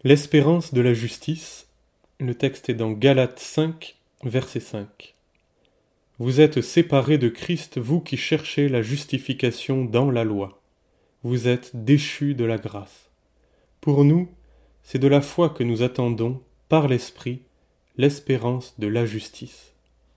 L'espérance de la justice. Le texte est dans Galates 5, verset 5. Vous êtes séparés de Christ, vous qui cherchez la justification dans la loi. Vous êtes déchus de la grâce. Pour nous, c'est de la foi que nous attendons, par l'Esprit, l'espérance de la justice.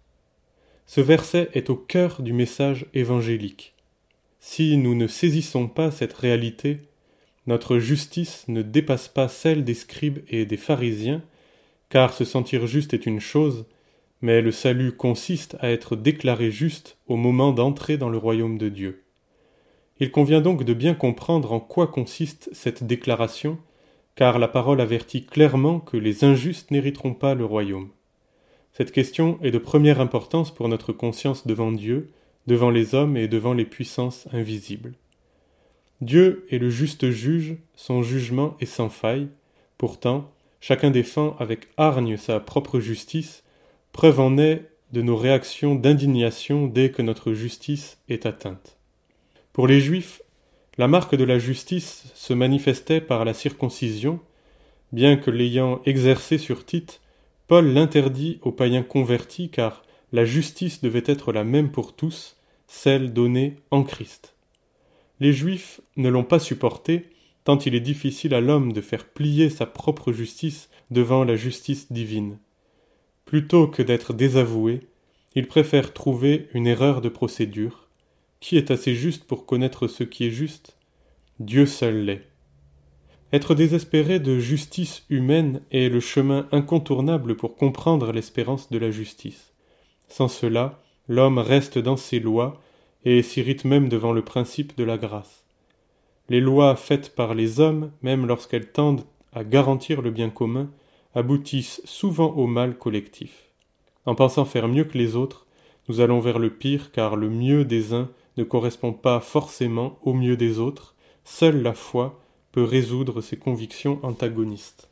Ce verset est au cœur du message évangélique. Si nous ne saisissons pas cette réalité, notre justice ne dépasse pas celle des scribes et des pharisiens, car se sentir juste est une chose, mais le salut consiste à être déclaré juste au moment d'entrer dans le royaume de Dieu. Il convient donc de bien comprendre en quoi consiste cette déclaration, car la parole avertit clairement que les injustes n'hériteront pas le royaume. Cette question est de première importance pour notre conscience devant Dieu, devant les hommes et devant les puissances invisibles. Dieu est le juste juge, son jugement est sans faille. Pourtant, chacun défend avec hargne sa propre justice, preuve en est de nos réactions d'indignation dès que notre justice est atteinte. Pour les Juifs, la marque de la justice se manifestait par la circoncision, bien que l'ayant exercée sur Tite, Paul l'interdit aux païens convertis car la justice devait être la même pour tous, celle donnée en Christ. Les Juifs ne l'ont pas supporté, tant il est difficile à l'homme de faire plier sa propre justice devant la justice divine. Plutôt que d'être désavoué, ils préfèrent trouver une erreur de procédure. Qui est assez juste pour connaître ce qui est juste ? Dieu seul l'est. Être désespéré de justice humaine est le chemin incontournable pour comprendre l'espérance de la justice. Sans cela, l'homme reste dans ses lois et s'irrite même devant le principe de la grâce. Les lois faites par les hommes, même lorsqu'elles tendent à garantir le bien commun, aboutissent souvent au mal collectif. En pensant faire mieux que les autres, nous allons vers le pire car le mieux des uns ne correspond pas forcément au mieux des autres. Seule la foi peut résoudre ces convictions antagonistes.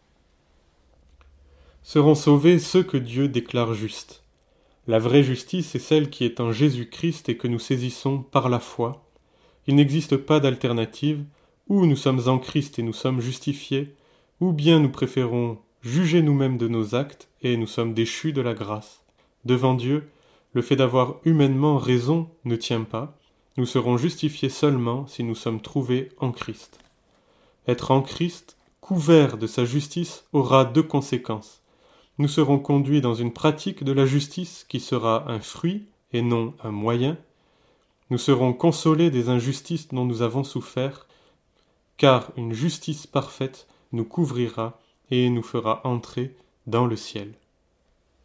Seront sauvés ceux que Dieu déclare justes. La vraie justice est celle qui est en Jésus-Christ et que nous saisissons par la foi. Il n'existe pas d'alternative, ou nous sommes en Christ et nous sommes justifiés, ou bien nous préférons juger nous-mêmes de nos actes et nous sommes déchus de la grâce. Devant Dieu, le fait d'avoir humainement raison ne tient pas. Nous serons justifiés seulement si nous sommes trouvés en Christ. Être en Christ, couvert de sa justice, aura deux conséquences. Nous serons conduits dans une pratique de la justice qui sera un fruit et non un moyen. Nous serons consolés des injustices dont nous avons souffert, car une justice parfaite nous couvrira et nous fera entrer dans le ciel.